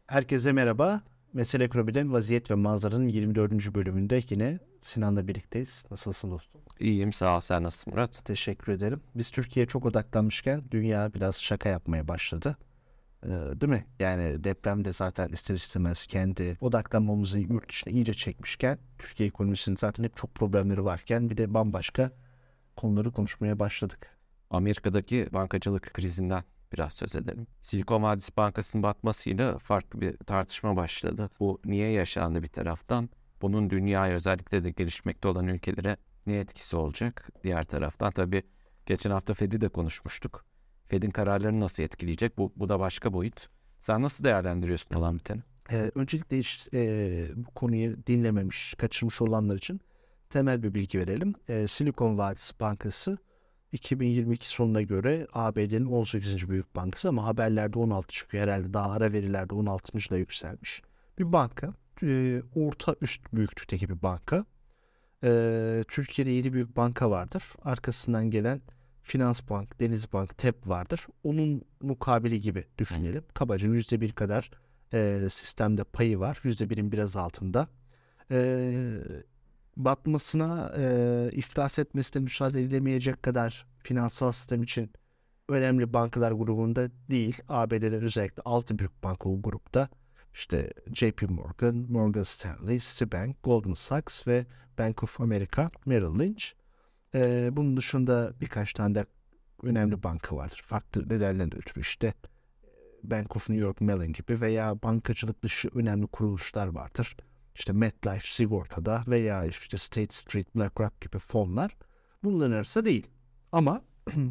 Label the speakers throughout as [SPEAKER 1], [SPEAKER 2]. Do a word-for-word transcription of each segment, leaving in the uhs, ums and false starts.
[SPEAKER 1] Herkese merhaba. Mesele Ekonomi'den Vaziyet ve Manzara'nın yirmi dördüncü bölümünde yine Sinan'la birlikteyiz. Nasılsın dostum?
[SPEAKER 2] İyiyim, sağ ol. Sen nasılsın Murat?
[SPEAKER 1] Teşekkür ederim. Biz Türkiye'ye çok odaklanmışken dünya biraz şaka yapmaya başladı. Ee, değil mi? Yani deprem de zaten ister istemez kendi odaklanmamızı yurt dışına iyice çekmişken, Türkiye ekonomisinin zaten hep çok problemleri varken bir de bambaşka konuları konuşmaya başladık.
[SPEAKER 2] Amerika'daki bankacılık krizinden biraz söz edelim. Silikon Vadisi Bankası'nın batmasıyla farklı bir tartışma başladı. Bu niye yaşandı bir taraftan? Bunun dünyaya, özellikle de gelişmekte olan ülkelere ne etkisi olacak? Diğer taraftan tabii geçen hafta Fed'i de konuşmuştuk. Fed'in kararlarını nasıl etkileyecek? Bu, bu da başka boyut. Sen nasıl değerlendiriyorsun olan biteni?
[SPEAKER 1] Ee, öncelikle hiç e, bu konuyu dinlememiş, kaçırmış olanlar için temel bir bilgi verelim. Ee, Silikon Vadisi Bankası iki bin yirmi iki sonuna göre A B D'nin on sekizinci büyük bankası ama haberlerde on altı çıkıyor. Herhalde daha ara verilerde on altıncı da yükselmiş. Bir banka, e, orta üst büyüklükteki bir banka. Ee, Türkiye'de yedi büyük banka vardır. Arkasından gelen Finansbank, Denizbank, T E P vardır. Onun mukabili gibi düşünelim. Kabaca yüzde bir kadar e, sistemde payı var. Yüzde birin biraz altında. E, batmasına, e, iflas etmesine müsaade edilemeyecek kadar finansal sistem için önemli bankalar grubunda değil. A B D'de özellikle altı büyük banka o grupta. İşte J P Morgan, Morgan Stanley, Citibank, Goldman Sachs ve Bank of America, Merrill Lynch. Ee, bunun dışında birkaç tane de önemli banka vardır. Farklı nedenlerden ötürü işte Bank of New York Mellon gibi veya bankacılık dışı önemli kuruluşlar vardır. İşte MetLife Sigorta'da veya işte State Street, BlackRock gibi fonlar bunların arasında değil. Ama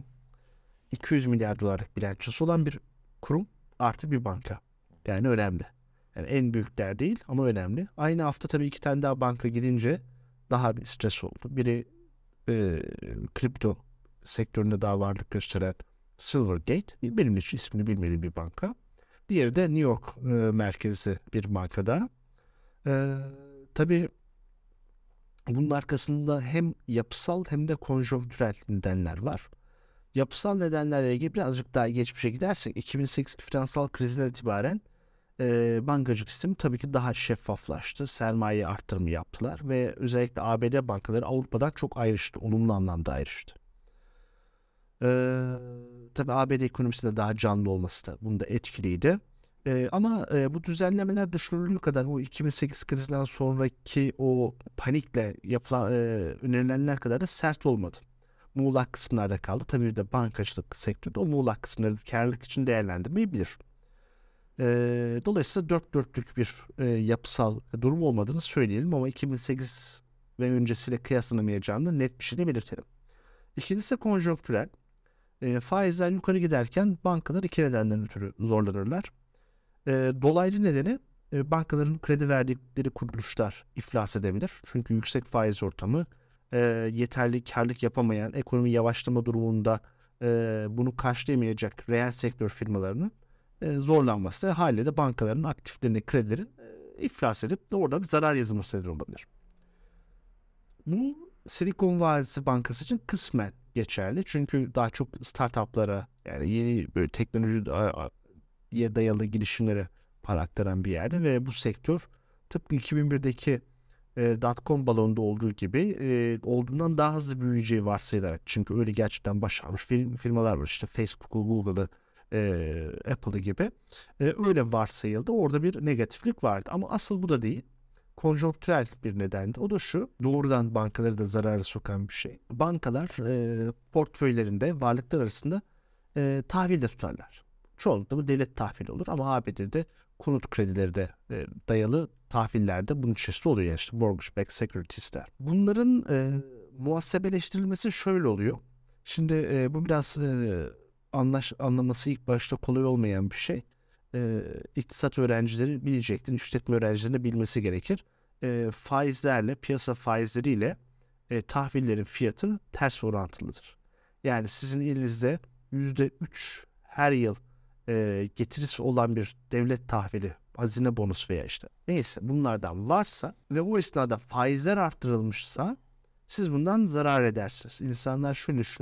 [SPEAKER 1] iki yüz milyar dolarlık bilançosu olan bir kurum artı bir banka. Yani önemli. Yani en büyükler değil ama önemli. Aynı hafta tabii iki tane daha banka gidince daha bir stres oldu. Biri e, kripto sektöründe daha varlık gösteren Silvergate. Benim hiç ismini bilmediğim bir banka. Diğeri de New York e, merkezli bir bankada. E, tabii bunun arkasında hem yapısal hem de konjonktürel nedenler var. Yapısal nedenlerle ilgili birazcık daha geçmişe gidersek iki bin sekiz finansal krizden itibaren e, bankacılık sistemi tabii ki daha şeffaflaştı. Sermaye arttırımı yaptılar ve özellikle A B D bankaları Avrupa'dan çok ayrıştı. Olumlu anlamda ayrıştı. E, tabii A B D ekonomisi de daha canlı olması da bunda etkiliydi. E, ama e, bu düzenlemeler düşünüldüğü kadar o iki bin sekiz krizinden sonraki o panikle yapılan e, önerilenler kadar da sert olmadı. Muğlak kısımlarda kaldı. Tabii bir de bankacılık sektörü o muğlak kısımları karlılık için değerlendirmeyi bilir. E, dolayısıyla dört dörtlük bir e, yapısal durum olmadığını söyleyelim ama iki bin sekiz ve öncesiyle kıyaslanamayacağını net bir şekilde belirtelim. İkincisi konjonktürel. E, faizler yukarı giderken bankalar iki nedenden ötürü zorlanırlar. E, dolaylı nedeni e, bankaların kredi verdikleri kuruluşlar iflas edebilir. Çünkü yüksek faiz ortamı e, yeterli karlılık yapamayan ekonomi yavaşlama durumunda e, bunu karşılayamayacak reel sektör firmalarının e, zorlanması haliyle de bankaların aktiflerine kredilerin e, iflas edip de orada bir zarar yazılması neden olabilir. Bu Silikon Vadisi Bankası için kısmen geçerli. Çünkü daha çok startuplara yani yeni böyle teknolojiye dayalı girişimlere para aktaran bir yerde ve bu sektör tıpkı iki bin birdeki e, dot-com balonunda olduğu gibi e, olduğundan daha hızlı büyüyeceği varsayılarak, çünkü öyle gerçekten başarmış firm, firmalar var işte Facebook'u, Google'ı, e, Apple'ı gibi e, öyle varsayıldı. Orada bir negatiflik vardı ama asıl bu da değil. Konjonktürel bir nedendi. O da şu, doğrudan bankaları da zarara sokan bir şey. Bankalar e, portföylerinde varlıklar arasında e, tahvil de tutarlar. Çoğunlukla bu devlet tahvili olur ama A B D'de konut kredileri de e, dayalı tahvillerde bunun çeşitli oluyor. Yani işte mortgage-backed securities'ler. Bunların e, muhasebeleştirilmesi şöyle oluyor. Şimdi e, bu biraz e, anlaş, anlaması ilk başta kolay olmayan bir şey. E, iktisat öğrencileri bilecektir. İşletme öğrencilerinin de bilmesi gerekir. E, faizlerle, piyasa faizleriyle e, tahvillerin fiyatı ters orantılıdır. Yani sizin elinizde yüzde üç her yıl e, getirisi olan bir devlet tahvili, hazine bonusu veya işte neyse bunlardan varsa ve o esnada faizler arttırılmışsa siz bundan zarar edersiniz. İnsanlar şöyle düşünüyorlar.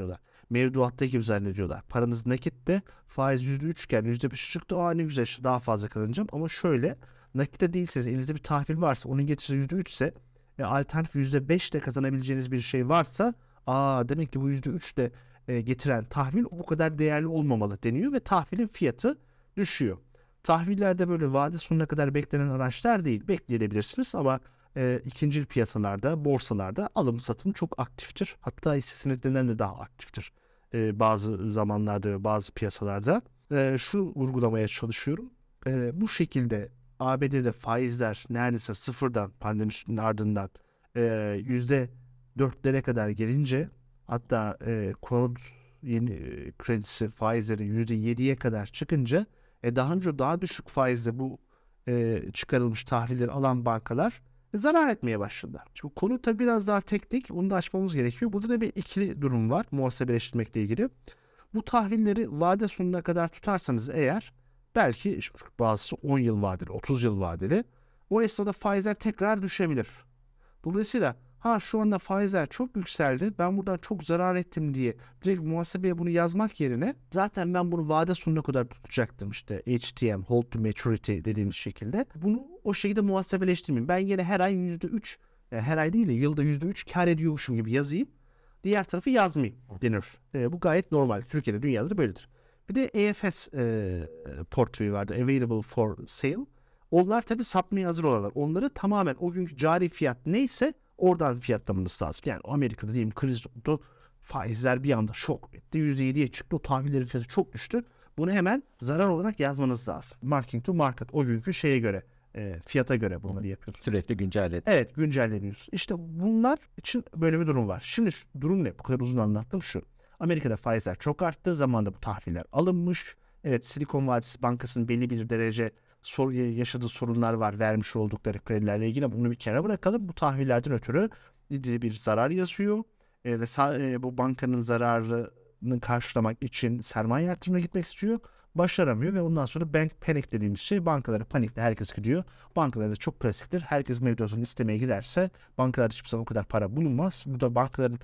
[SPEAKER 1] mevduatta gibi zannediyorlar. Paranız nakitte, faiz yüzde üç iken yüzde beş çıktı. Aa ne güzel, işte daha fazla kazanacağım. Ama şöyle, nakitte değilseniz, elinizde bir tahvil varsa, onun getirisi yüzde üç ise ve alternatif yüzde beş de kazanabileceğiniz bir şey varsa, aa demek ki bu yüzde üç de e, getiren tahvil bu kadar değerli olmamalı deniyor ve tahvilin fiyatı düşüyor. Tahvillerde böyle vade sonuna kadar beklenen araçlar değil. Bekleyebilirsiniz ama e, ikinci piyasalarda, borsalarda alım satım çok aktiftir. Hatta hisse senetlerinden de daha aktiftir e, bazı zamanlarda ve bazı piyasalarda. E, şu vurgulamaya çalışıyorum. E, bu şekilde A B D'de faizler neredeyse sıfırdan, pandeminin ardından e, yüzde dörtlere kadar gelince, hatta e, konut yeni e, kredisi faizleri yüzde yediye kadar çıkınca, e, daha önce daha düşük faizle bu e, çıkarılmış tahvilleri alan bankalar e, zarar etmeye başladılar. Şimdi konu tabii biraz daha teknik, onu da açmamız gerekiyor. Burada da bir ikili durum var muhasebeleştirmekle ilgili. Bu tahvilleri vade sonuna kadar tutarsanız eğer, belki bazısı on yıl vadeli, otuz yıl vadeli, o esnada faizler tekrar düşebilir. Dolayısıyla ha şu anda faizler çok yükseldi, ben buradan çok zarar ettim diye direkt muhasebeye bunu yazmak yerine, zaten ben bunu vade sonuna kadar tutacaktım, işte H T M, hold to maturity dediğimiz şekilde, bunu o şekilde muhasebeleştirmeyeyim. Ben yine her ay yüzde üç, yani her ay değil de yılda yüzde üç kar ediyormuşum gibi yazayım, diğer tarafı yazmayayım denir. E, bu gayet normal. Türkiye'de, dünyada da böyledir. Bir de A F S e, portföyü vardı. Available for sale. Onlar tabii satmaya hazır olanlar. Onları tamamen o günkü cari fiyat neyse oradan fiyatlamanız lazım. Yani Amerika'da diyelim kriz oldu. Faizler bir anda şok etti. yüzde yediye çıktı. O tahvillerin fiyatı çok düştü. Bunu hemen zarar olarak yazmanız lazım. Marking to market. O günkü şeye göre, e, fiyata göre bunları yapıyorsunuz.
[SPEAKER 2] Sürekli güncelledi.
[SPEAKER 1] Evet, güncelleniyoruz. İşte bunlar için böyle bir durum var. Şimdi şu durum ne? Bu kadar uzun anlattım şu. Amerika'da faizler çok arttığı zamanda bu tahviller alınmış. Evet, Silikon Vadisi Bankası'nın belli bir derece sor, yaşadığı sorunlar var vermiş oldukları kredilerle ilgili. Bunu bir kenara bırakalım. Bu tahvillerden ötürü bir zarar yazıyor. E, ve sa- e, bu bankanın zararını karşılamak için sermaye artırımına gitmek istiyor. Başaramıyor ve ondan sonra bank panic dediğimiz şey, bankalara panikle herkes gidiyor. Bankalarda çok klasiktir. Herkes mevduatını istemeye giderse bankalarda hiçbir zaman o kadar para bulunmaz. Bu da bankaların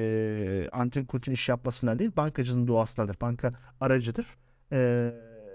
[SPEAKER 1] e, antin kuntin iş yapmasından değil, bankacının doğasındadır. Banka aracıdır. E,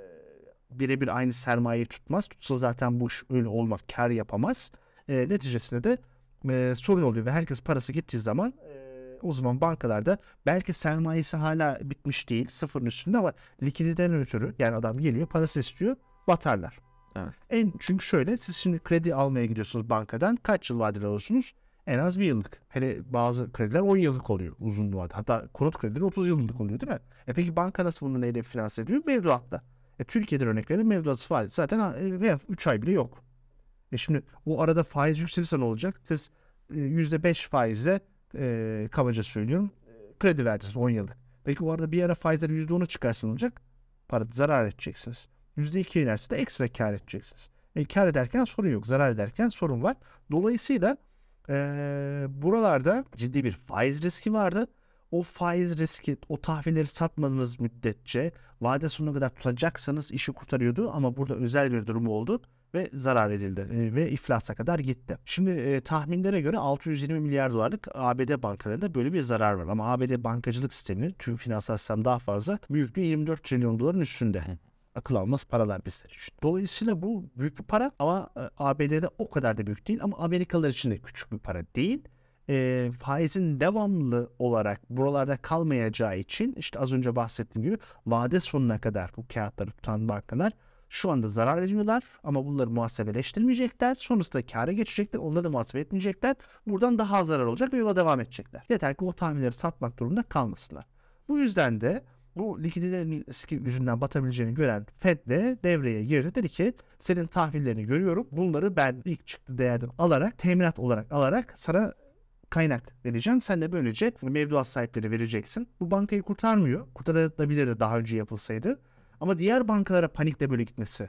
[SPEAKER 1] birebir aynı sermayeyi tutmaz. Tutsa zaten bu iş öyle olmaz. Kar yapamaz. E, neticesinde de e, sorun oluyor ve herkes parası gittiği zaman e, o zaman bankalarda belki sermayesi hala bitmiş değil, sıfırın üstünde, ama likiditeden ötürü, yani adam geliyor parası istiyor, batarlar.
[SPEAKER 2] Evet.
[SPEAKER 1] En, çünkü şöyle, siz şimdi kredi almaya gidiyorsunuz bankadan, kaç yıl vadeli alıyorsunuz? En az bir yıllık. Hele bazı krediler on yıllık oluyor uzun vade. Hatta konut kredileri otuz yıllık oluyor değil mi? E peki banka nasıl bunu neyle finanse ediyor? Mevduatla. E Türkiye'de örnekleri mevduat faiz zaten e, üç ay bile yok. E şimdi o arada faiz yükselirse ne olacak? Siz e, yüzde beş faizle e, kabaca söylüyorum e, kredi verdiniz on yıllık. Peki o arada bir ara faizler yüzde ona çıkarsa ne olacak? Para zarar edeceksiniz. yüzde iki inerse de ekstra kar edeceksiniz. E, kar ederken sorun yok. Zarar ederken sorun var. Dolayısıyla e, buralarda ciddi bir faiz riski vardı. O faiz riski, o tahvilleri satmadığınız müddetçe vade sonuna kadar tutacaksanız işi kurtarıyordu, ama burada özel bir durum oldu ve zarar edildi e, ve iflasa kadar gitti. Şimdi e, tahminlere göre altı yüz yirmi milyar dolarlık A B D bankalarında böyle bir zarar var, ama A B D bankacılık sistemi, tüm finansal sistem daha fazla, büyüklüğü yirmi dört trilyon doların üstünde. Hı. Akıl almaz paralar bizler için. Dolayısıyla bu büyük bir para, ama e, A B D'de o kadar da büyük değil, ama Amerikalılar için de küçük bir para değil. E, faizin devamlı olarak buralarda kalmayacağı için, işte az önce bahsettiğim gibi vade sonuna kadar bu kağıtları tutan bankalar şu anda zarar ediyorlar, ama bunları muhasebeleştirmeyecekler. Sonrasında kâra geçecekler. Onları da muhasebe etmeyecekler. Buradan daha az zarar olacak ve yola devam edecekler. Yeter ki o tahvilleri satmak durumunda kalmasınlar. Bu yüzden de bu likidite riski yüzünden batabileceğini gören Fed de devreye girdi. Dedi ki senin tahvillerini görüyorum. Bunları ben ilk çıktı değerden alarak, teminat olarak alarak sana kaynak vereceğim. Sen de böylece mevduat sahipleri vereceksin. Bu bankayı kurtarmıyor. Kurtarabilirdi daha önce yapılsaydı. Ama diğer bankalara panikle böyle gitmesi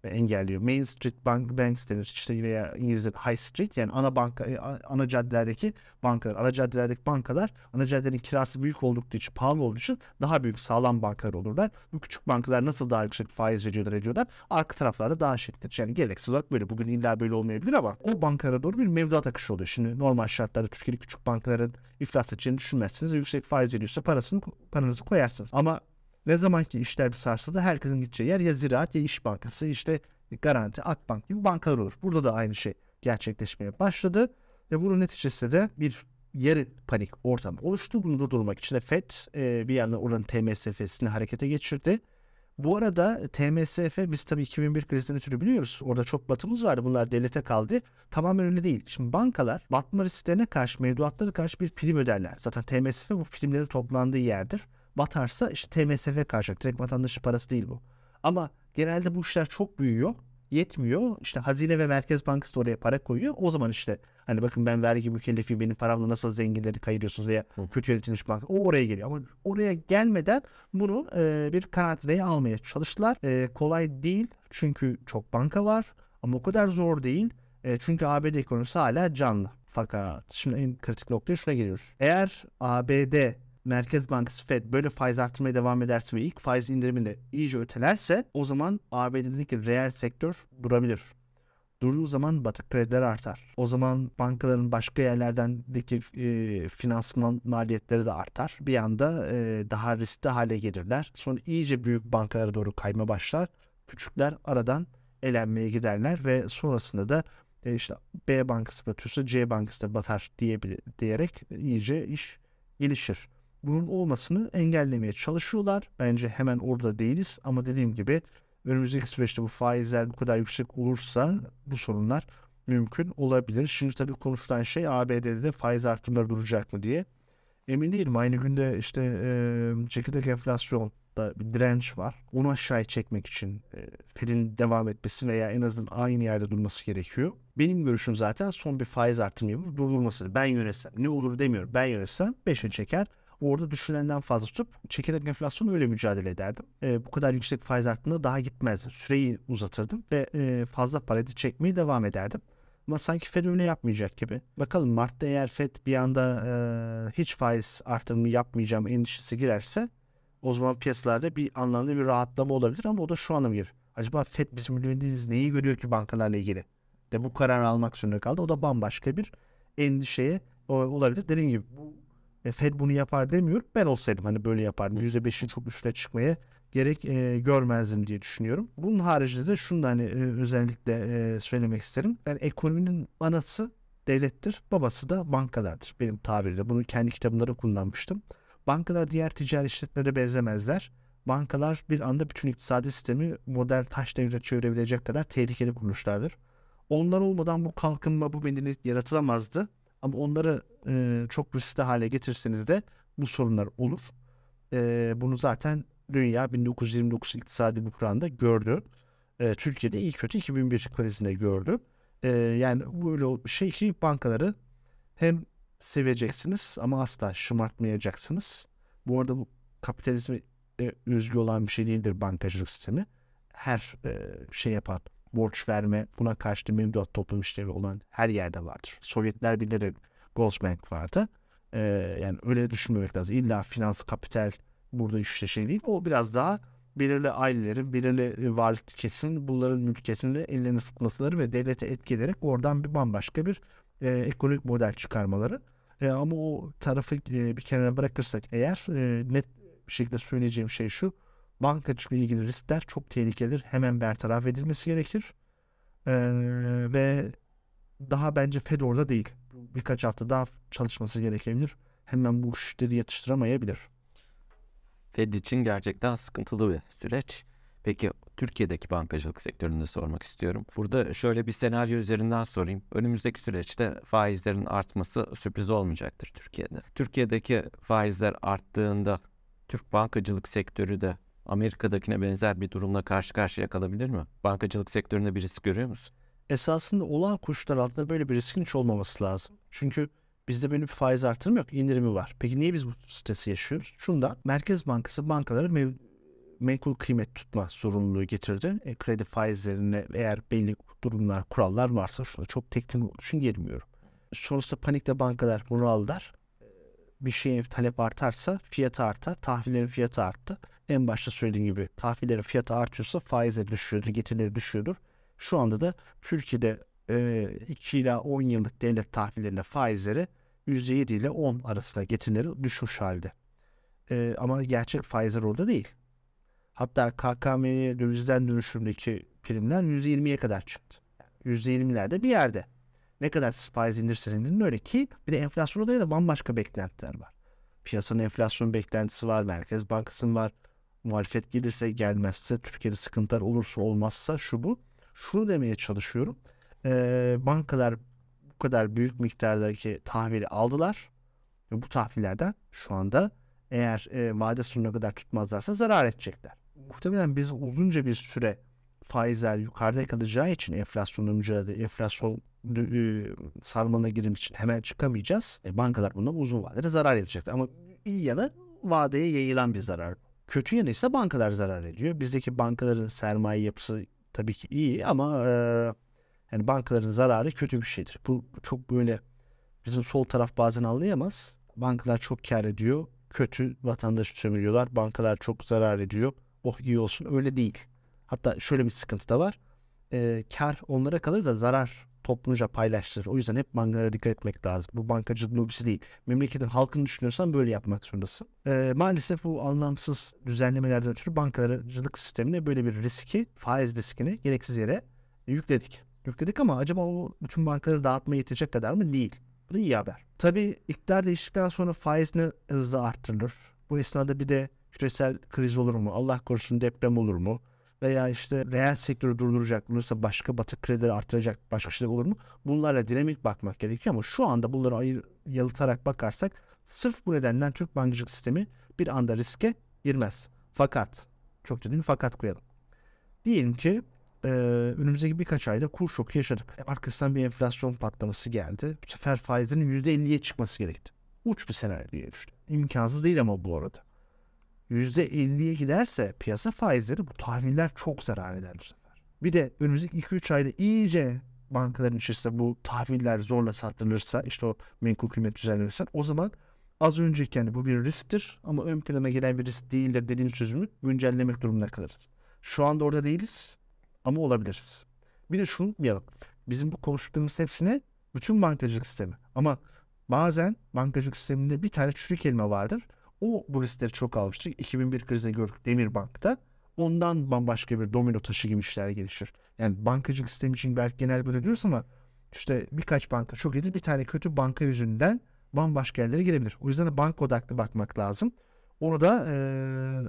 [SPEAKER 1] engelliyor. Main Street Bank, Banks denir işte veya İngilizce High Street, yani ana banka, ana caddelerdeki bankalar. Ana caddelerdeki bankalar ana caddelerin kirası büyük oldukları için, pahalı olduğu için daha büyük sağlam bankalar olurlar. Bu küçük bankalar nasıl daha yüksek faiz veriyorlar ediyorlar. Arka taraflarda daha şirkettir. Yani gereksiz olarak böyle. Bugün illa böyle olmayabilir ama o bankalara doğru bir mevduat akışı oluyor. Şimdi normal şartlarda Türkiye'de küçük bankaların iflas edeceğini düşünmezsiniz. Yüksek faiz veriyorsa parasını, paranızı koyarsınız. Ama ne zaman ki işler bir sarsıldı, herkesin gideceği yer ya Ziraat ya İş Bankası, işte Garanti, Akbank gibi bankalar olur. Burada da aynı şey gerçekleşmeye başladı. Ve bunun neticesinde de bir yarı panik ortamı oluştu. Bunu durdurmak için de Fed e, bir yandan oranın T M S F'sini harekete geçirdi. Bu arada T M S F, biz tabii iki bin bir krizinden ötürü biliyoruz. Orada çok batımız vardı. Bunlar devlete kaldı. Tamamen öyle değil. Şimdi bankalar batma risklerine karşı, mevduatlara karşı bir prim öderler. Zaten T M S F bu primlerin toplandığı yerdir. Batarsa işte T M S F karşılık. Direkt vatandaşın parası değil bu. Ama genelde bu işler çok büyüyor. Yetmiyor. İşte Hazine ve Merkez Bankası da oraya para koyuyor. O zaman işte hani bakın ben vergi mükellefiyim, benim paramla nasıl zenginleri kayırıyorsunuz veya kötü yönetilmiş banka. O oraya geliyor. Ama oraya gelmeden bunu e, bir karantinaya almaya çalıştılar. E, kolay değil. Çünkü çok banka var. Ama o kadar zor değil. E, çünkü A B D ekonomisi hala canlı. Fakat şimdi en kritik noktaya şuna geliyoruz. Eğer A B D Merkez Bankası Fed böyle faiz arttırmaya devam ederse ve ilk faiz indiriminde iyice ötelerse, o zaman A B D'deki reel sektör durabilir. Durduğu zaman batık krediler artar. O zaman bankaların başka yerlerdeki e, finansman maliyetleri de artar. Bir anda e, daha riskli hale gelirler. Sonra iyice büyük bankalara doğru kayma başlar. Küçükler aradan elenmeye giderler ve sonrasında da e, işte B bankası batıyorsa C bankası da batar diyebilir, diyerek iyice iş gelişir. Bunun olmasını engellemeye çalışıyorlar. Bence hemen orada değiliz ama dediğim gibi önümüzdeki süreçte bu faizler bu kadar yüksek olursa bu sorunlar mümkün olabilir. Şimdi tabii konuşulan şey A B D'de de faiz artımları duracak mı diye. Emin değilim. Aynı günde işte e, çekirdek enflasyonda bir direnç var. Onu aşağıya çekmek için e, Fed'in devam etmesi veya en azından aynı yerde durması gerekiyor. Benim görüşüm zaten son bir faiz artımı yapıp durdurması. Ben yönetsem, ne olur demiyorum, ben yönetsem beşe çeker. Orada düşünülenden fazla tutup çekirdek enflasyonu öyle mücadele ederdim. E, bu kadar yüksek faiz arttığında daha gitmezdim. Süreyi uzatırdım ve e, fazla parayı da çekmeye devam ederdim. Ama sanki Fed öyle yapmayacak gibi. Bakalım Mart'ta eğer Fed bir anda e, hiç faiz artırımı yapmayacağım endişesi girerse, o zaman piyasalarda bir anlamda bir rahatlama olabilir ama o da şu anlam gelir. Acaba Fed bizim bilmediğimiz neyi görüyor ki bankalarla ilgili? De bu kararı almak zorunda kaldı. O da bambaşka bir endişeye olabilir. Dediğim gibi bu E, Fed bunu yapar demiyor. Ben olsaydım hani böyle yapardım. yüzde beşin çok üstüne çıkmaya gerek e, görmezdim diye düşünüyorum. Bunun haricinde de şunu da hani e, özellikle e, söylemek isterim. Yani ekonominin anası devlettir, babası da bankalardır. Benim tabirle. Bunu kendi kitabımda kullanmıştım. Bankalar diğer ticari işletmelere benzemezler. Bankalar bir anda bütün iktisadi sistemi modern taş devrine çevirebilecek kadar tehlikeli kuruluşlardır. Onlar olmadan bu kalkınma, bu medeniyet yaratılamazdı. Ama onları e, çok riskli hale getirseniz de bu sorunlar olur. E, bunu zaten dünya bin dokuz yüz yirmi dokuz iktisadi buhranında gördü. E, Türkiye'de iyi kötü iki bin bir krizinde gördü. E, yani böyle bir şey ki bankaları hem seveceksiniz ama asla şımartmayacaksınız. Bu arada bu kapitalizme özgü olan bir şey değildir bankacılık sistemi. Her e, şey yapan, borç verme, buna karşı mevduat toplum işlevi olan her yerde vardır. Sovyetler Birliği'de Gosbank vardı. Ee, yani öyle düşünmemek lazım. İlla finans, kapital burada işte şey değil. O biraz daha belirli ailelerin, belirli varlık kesin, bunların mülkiyetini ellerine tutmaları ve devlete etki ederek oradan bir bambaşka bir e, ekonomik model çıkarmaları. E, ama o tarafı e, bir kenara bırakırsak eğer e, net bir şekilde söyleyeceğim şey şu: bankacılıkla ilgili riskler çok tehlikelidir. Hemen bertaraf edilmesi gerekir. Ee, ve daha bence Fed orada değil. Birkaç hafta daha çalışması gerekebilir. Hemen bu işleri yatıştıramayabilir.
[SPEAKER 2] Fed için gerçekten sıkıntılı bir süreç. Peki Türkiye'deki bankacılık sektöründe sormak istiyorum. Burada şöyle bir senaryo üzerinden sorayım. Önümüzdeki süreçte faizlerin artması sürpriz olmayacaktır Türkiye'de. Türkiye'deki faizler arttığında Türk bankacılık sektörü de Amerika'dakine benzer bir durumla karşı karşıya kalabilir mi? Bankacılık sektöründe bir risk görüyor musun?
[SPEAKER 1] Esasında olağan koşullar altında böyle bir riskin hiç olmaması lazım. Çünkü bizde böyle bir faiz artırımı yok, indirimi var. Peki niye biz bu stresi yaşıyoruz? Şundan: Merkez Bankası bankalara mev- menkul kıymet tutma zorunluluğu getirdi. E, kredi faizlerine eğer belli durumlar, kurallar varsa, şurada çok teknik olduğu için girmiyorum. Sonrasında panikle bankalar bunu aldılar. Bir şeyin talep artarsa fiyatı artar. Tahvillerin fiyatı arttı. En başta söylediğim gibi tahvillerin fiyatı artıyorsa faizleri düşüyordur, getirileri düşüyordur. Şu anda da Türkiye'de e, iki ila on yıllık devlet tahvillerinde faizleri yüzde yedi ile on arasında getirileri düşmüş halde. E, ama gerçek faizler orada değil. Hatta K K M'ye dövizden dönüşümdeki primler yüzde yirmiye kadar çıktı. yüzde yirmilerde bir yerde. Ne kadar siz faiz indirseniz indirin öyle ki bir de enflasyon odayı da bambaşka beklentiler var. Piyasanın enflasyon beklentisi var, Merkez Bankası'nın var. Muhalefet gelirse gelmezse, Türkiye'de sıkıntılar olursa olmazsa şu bu. Şunu demeye çalışıyorum. Ee, bankalar bu kadar büyük miktardaki tahvili aldılar. Ve bu tahvillerden şu anda eğer e, vade sonuna kadar tutmazlarsa zarar edecekler. Muhtemelen biz uzunca bir süre faizler yukarıda kalacağı için enflasyonla mücadele, enflasyon e, sarmalına girdiğimiz için hemen çıkamayacağız. E, bankalar bundan uzun vadede zarar edecekler. Ama iyi yanı vadeye yayılan bir zarar. Kötü yanı ise bankalar zarar ediyor. Bizdeki bankaların sermaye yapısı tabii ki iyi ama e, yani bankaların zararı kötü bir şeydir. Bu çok böyle bizim sol taraf bazen anlayamaz. Bankalar çok kar ediyor. Kötü vatandaşı sömürüyorlar. Bankalar çok zarar ediyor. Oh iyi olsun. Öyle değil. Hatta şöyle bir sıkıntı da var. E, kar onlara kalır da zarar toplumca paylaştırır. O yüzden hep bankalara dikkat etmek lazım. Bu bankacılık lobisi değil. Memleketin halkını düşünüyorsan böyle yapmak zorundasın. E, maalesef bu anlamsız düzenlemelerden ötürü bankacılık sistemine böyle bir riski, faiz riskini gereksiz yere yükledik. Yükledik ama acaba o bütün bankaları dağıtmaya yetecek kadar mı? Değil. Bu da iyi haber. Tabii iktidar değiştikten sonra faiz ne hızla arttırılır? Bu esnada bir de küresel kriz olur mu? Allah korusun deprem olur mu? Veya işte reel sektörü durduracak, olursa başka batık kredileri artıracak başka şeyler olur mu? Bunlarla dinamik bakmak gerekiyor ama şu anda bunları ayır, yalıtarak bakarsak sırf bu nedenden Türk bankacılık sistemi bir anda riske girmez. Fakat, çok ciddi bir fakat koyalım. Diyelim ki e, önümüzdeki birkaç ayda kur şoku yaşadık. Arkasından bir enflasyon patlaması geldi. Bu sefer faizlerin yüzde elliye çıkması gerekti. Uç bir senaryo diye düştü. İmkansız değil ama bu arada. yüzde elliye giderse piyasa faizleri bu tahviller çok zarar eder bu sefer. Bir de önümüzdeki iki üç ayda iyice bankaların içerisinde bu tahviller zorla satılırsa, işte o menkul kıymet düzenlenirse, o zaman az önceki yani bu bir risktir ama ön plana gelen bir risk değildir dediğim sözümü güncellemek durumunda kalırız. Şu anda orada değiliz ama olabiliriz. Bir de şunu unutmayalım. Bizim bu konuştuklarımız hepsine bütün bankacılık sistemi. Ama bazen bankacılık sisteminde bir tane çürük kelime vardır. O bu riskleri çok almıştır. iki bin bir krizde gördük Demirbank'ta. Ondan bambaşka bir domino taşı gibi işler gelişir. Yani bankacılık sistemi için belki genel böyle diyoruz ama işte birkaç banka çok iyidir. Bir tane kötü banka yüzünden bambaşka yerlere gelebilir. O yüzden de banka odaklı bakmak lazım. Onu da ee,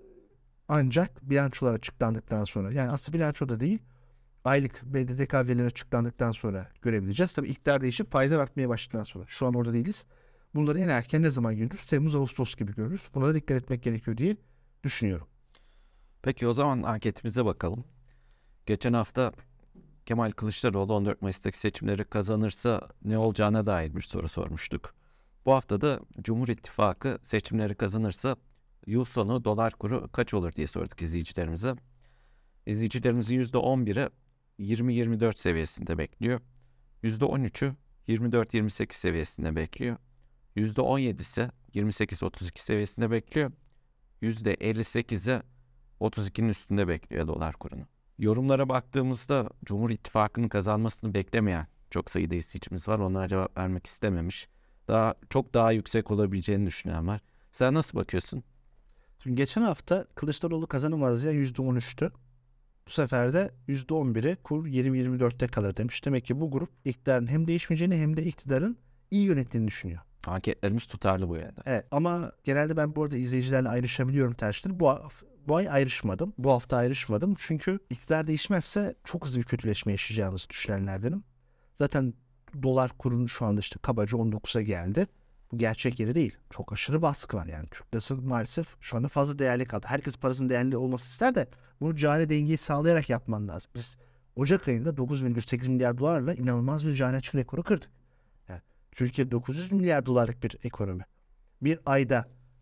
[SPEAKER 1] ancak bilançolar açıklandıktan sonra, yani aslında bilanço da değil, aylık B D D K verileri açıklandıktan sonra görebileceğiz. Tabii iktidar değişip faizler artmaya başladıktan sonra. Şu an orada değiliz. Bunları en erken ne zaman görürüz? Temmuz, Ağustos gibi görürüz. Buna da dikkat etmek gerekiyor diye düşünüyorum.
[SPEAKER 2] Peki o zaman anketimize bakalım. Geçen hafta Kemal Kılıçdaroğlu on dört Mayıs'taki seçimleri kazanırsa ne olacağına dair bir soru sormuştuk. Bu hafta da Cumhur İttifakı seçimleri kazanırsa yıl sonu dolar kuru kaç olur diye sorduk izleyicilerimize. İzleyicilerimizin yüzde on biri yirmi yirmi dört seviyesinde bekliyor. yüzde on üçü yirmi dört yirmi sekiz seviyesinde bekliyor. yüzde on yedi ise yirmi sekiz otuz iki seviyesinde bekliyor. yüzde elli sekize otuz ikinin üstünde bekliyor dolar kurunu. Yorumlara baktığımızda Cumhur İttifakı'nın kazanmasını beklemeyen çok sayıda izleyicimiz var. Onlara cevap vermek istememiş. Daha çok daha yüksek olabileceğini düşünen var. Sen nasıl bakıyorsun?
[SPEAKER 1] Şimdi geçen hafta Kılıçdaroğlu kazanamaz ya yüzde on üçtü. Bu sefer de yüzde on biri kur yirmi yirmi dörtte kalır demiş. Demek ki bu grup iktidarın hem değişmeyeceğini hem de iktidarın iyi yönettiğini düşünüyor.
[SPEAKER 2] Anketlerimiz tutarlı bu yönde.
[SPEAKER 1] Evet ama genelde ben bu arada izleyicilerle ayrışabiliyorum tercihleri. Bu, bu ay ayrışmadım. Bu hafta ayrışmadım. Çünkü iktidar değişmezse çok hızlı bir kötüleşme yaşayacağımızı düşünenlerdenim. Zaten dolar kurunun şu anda işte kabaca on dokuza geldi. Bu gerçek yeri değil. Çok aşırı baskı var yani. Türk lirası maalesef şu anda fazla değerli kaldı. Herkes parasının değerli olması ister de bunu cari dengeyi sağlayarak yapman lazım. Biz Ocak ayında dokuz virgül sekiz milyar dolarla inanılmaz bir cari açık rekoru kırdık. Yani Türkiye dokuz yüz milyar dolarlık bir ekonomi. Bir ayda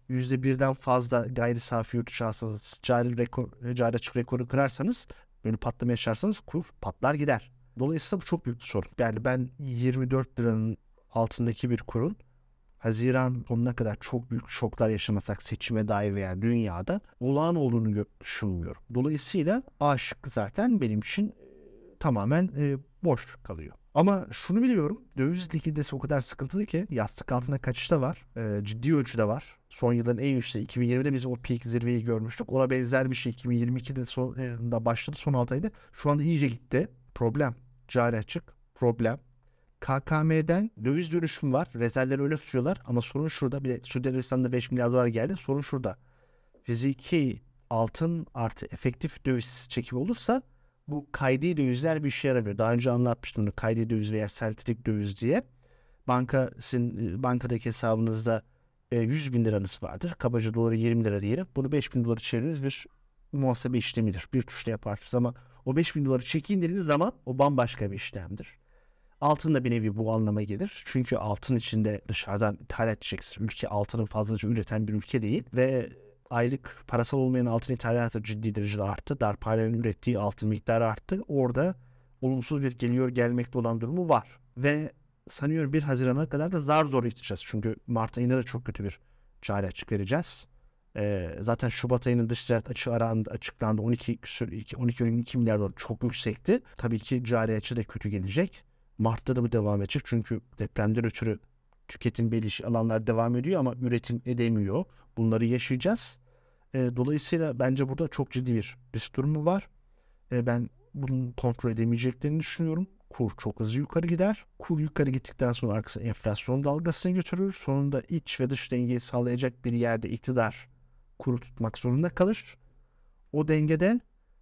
[SPEAKER 1] yüzde birden fazla gayri safi yurt içi hasılanız, cari, rekor, cari açık rekoru kırarsanız, böyle patlama yaşarsanız kur patlar gider. Dolayısıyla bu çok büyük bir sorun. Yani ben yirmi dört liranın altındaki bir kurun Haziran sonuna kadar çok büyük şoklar yaşamasak seçime dair veya dünyada olağan olduğunu düşünmüyorum. Dolayısıyla A şıkkı zaten benim için tamamen e, boş kalıyor. Ama şunu biliyorum, döviz likiditesi o kadar sıkıntılı ki yastık altına kaçışta var. E, ciddi ölçüde var. Son yılların en yükseği iki bin yirmide biz o peak zirveyi görmüştük. Ona benzer bir şey iki bin yirmi ikide sonunda başladı, son altı ayda. Şu anda iyice gitti. Problem. Cari açık. Problem. K K M'den döviz dönüşüm var. Rezervleri öyle tutuyorlar. Ama sorun şurada. Bir de Suudi Arabistan'da beş milyar dolar geldi. Sorun şurada. Fiziki altın artı efektif döviz çekimi olursa bu kaydi dövizler bir işe yaramıyor. Daha önce anlatmıştım. Kaydi döviz veya sentetik döviz diye. Banka, sizin bankadaki hesabınızda yüz bin liranız vardır. Kabaca doları yirmi lira diyelim. Bunu beş bin dolara çeviriniz bir muhasebe işlemidir. Bir tuşla yaparsınız ama o beş bin doları çekin dediğiniz zaman o bambaşka bir işlemdir. Altın da bir nevi bu anlama gelir. Çünkü altın içinde dışarıdan ithal edeceksin. Ülke altını fazlaca üreten bir ülke değil ve aylık parasal olmayan altın ithalatı ciddi derecede arttı. Darphane'nin ürettiği altın miktarı arttı. Orada olumsuz bir geliyor gelmekte olan durumu var. Ve sanıyorum bir Haziran'a kadar da zar zor yetişeceğiz. Çünkü Mart ayında da çok kötü bir cari açık vereceğiz. Ee, zaten Şubat ayının dış ticaret açığı arandı, açıklandı. on iki on iki on iki milyar dolar çok yüksekti. Tabii ki cari açı da kötü gelecek. Mart'ta da bu devam edecek. Çünkü depremden ötürü tüketim belirli alanlar devam ediyor ama üretim edemiyor. Bunları yaşayacağız. E, dolayısıyla bence burada çok ciddi bir risk durumu var. E, ben bunun kontrol edemeyeceklerini düşünüyorum. Kur çok hızlı yukarı gider. Kur yukarı gittikten sonra arkasına enflasyon dalgasını götürür. Sonunda iç ve dış dengeyi sağlayacak bir yerde iktidar kuru tutmak zorunda kalır. O dengede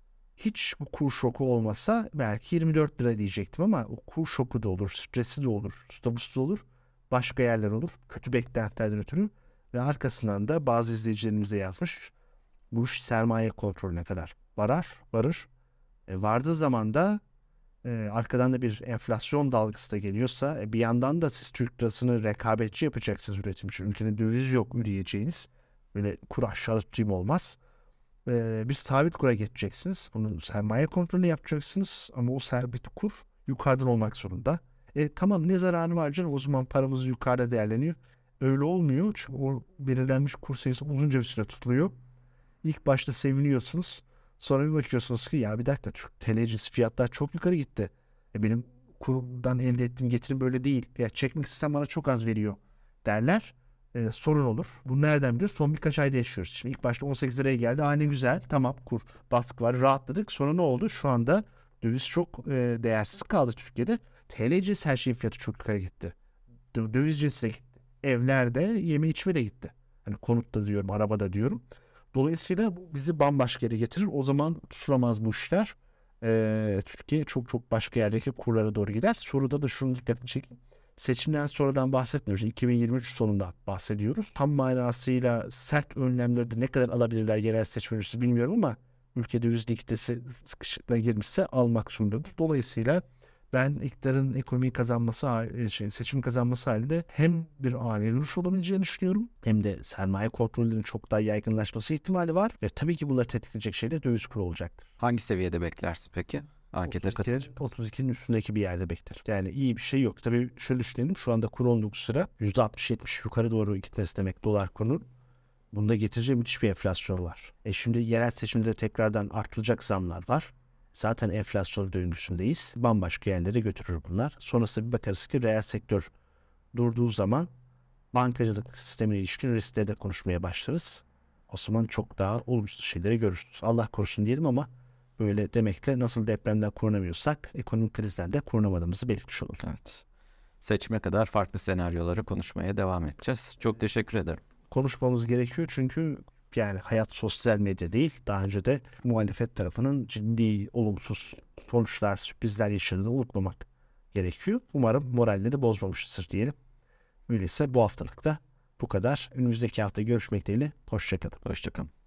[SPEAKER 1] hiç bu kur şoku olmasa belki yirmi dört lira diyecektim ama o kur şoku da olur, stresi de olur, stabusu da olur, başka yerler olur. Kötü beklentilerden ötürü ve arkasından da bazı izleyicilerimiz de yazmış. Bu iş sermaye kontrolüne kadar varar, varır. E, vardığı zaman da e, arkadan da bir enflasyon dalgası da geliyorsa e, bir yandan da siz Türk lirasını rekabetçi yapacaksınız üretim için. Ülkede döviz yok üreyeceğiniz. Böyle kur aşağı tutayım olmaz. Ee, bir sabit kura geçeceksiniz. Bunu sermaye kontrolü yapacaksınız. Ama o sabit kur yukarıdan olmak zorunda. E, tamam ne zararı var canım? O zaman paramız yukarıda değerleniyor. Öyle olmuyor. Çünkü o belirlenmiş kur sayısı uzunca bir süre tutuluyor. İlk başta seviniyorsunuz. Sonra bir bakıyorsunuz ki ya bir dakika Türk T L cinsi fiyatlar çok yukarı gitti. E, benim kurumdan elde ettiğim getirim böyle değil. Ya çekmek sistem bana çok az veriyor derler. Ee, sorun olur. Bu nereden bilir? Son birkaç ayda yaşıyoruz. Şimdi ilk başta on sekiz liraya geldi. Aa ne güzel. Tamam kur baskı var. Rahatladık. Sonra ne oldu? Şu anda döviz çok e, değersiz kaldı Türkiye'de. T L cinsi her şeyin fiyatı çok yukarı gitti. Dö- Döviz cinsi de gitti. Evlerde yeme içme de gitti. Hani konutta diyorum, arabada diyorum. Dolayısıyla bu bizi bambaşka yere getirir. O zaman tutulamaz bu işler. Ee, Türkiye çok çok başka yerdeki kurlara doğru gider. Soruda da şunu dikkatini çekeyim. Seçimden sonradan bahsetmiyoruz. iki bin yirmi üç sonunda bahsediyoruz. Tam manasıyla sert önlemleri de ne kadar alabilirler yerel seçmen öncesi bilmiyorum ama ülkede döviz likiditesi sıkışıklığa girmişse almak zorundadır. Dolayısıyla ben iktidarın ekonomiyi kazanması, şey, seçim kazanması halinde hem bir ani duruş olabileceğini düşünüyorum hem de sermaye kontrollerinin çok daha yaygınlaşması ihtimali var. Ve tabii ki bunları tetikleyecek şey de döviz kuru olacaktır.
[SPEAKER 2] Hangi seviyede beklersin peki? Ankete katılacak.
[SPEAKER 1] otuz ikinin üstündeki bir yerde bekler. Yani iyi bir şey yok. Tabii şöyle düşünelim. Şu anda kur on dokuz lira. yüzde altmış yetmiş yukarı doğru gitmesi demek dolar kurunun. Bunda getireceği müthiş bir enflasyon var. E şimdi yerel seçimde tekrardan artılacak zamlar var. Zaten enflasyon döngüsündeyiz. Bambaşka yerlere götürür bunlar. Sonrasında bir bakarız ki reel sektör durduğu zaman bankacılık sistemine ilişkin riskleri de konuşmaya başlarız. O zaman çok daha olumsuz şeyleri görürsünüz. Allah korusun diyelim ama böyle demekle nasıl depremden korunamıyorsak ekonomik krizden de korunamadığımızı belirtmiş olur.
[SPEAKER 2] Evet. Seçime kadar farklı senaryoları konuşmaya devam edeceğiz. Çok teşekkür ederim.
[SPEAKER 1] Konuşmamız gerekiyor çünkü yani hayat sosyal medya değil. Daha önce de muhalefet tarafının ciddi olumsuz sonuçlar, sürprizler yaşadığını unutmamak gerekiyor. Umarım moralleri bozmamıştır diyelim. Öyleyse bu haftalık da bu kadar. Önümüzdeki hafta görüşmek dileğiyle. Hoşçakalın.
[SPEAKER 2] Hoşçakalın.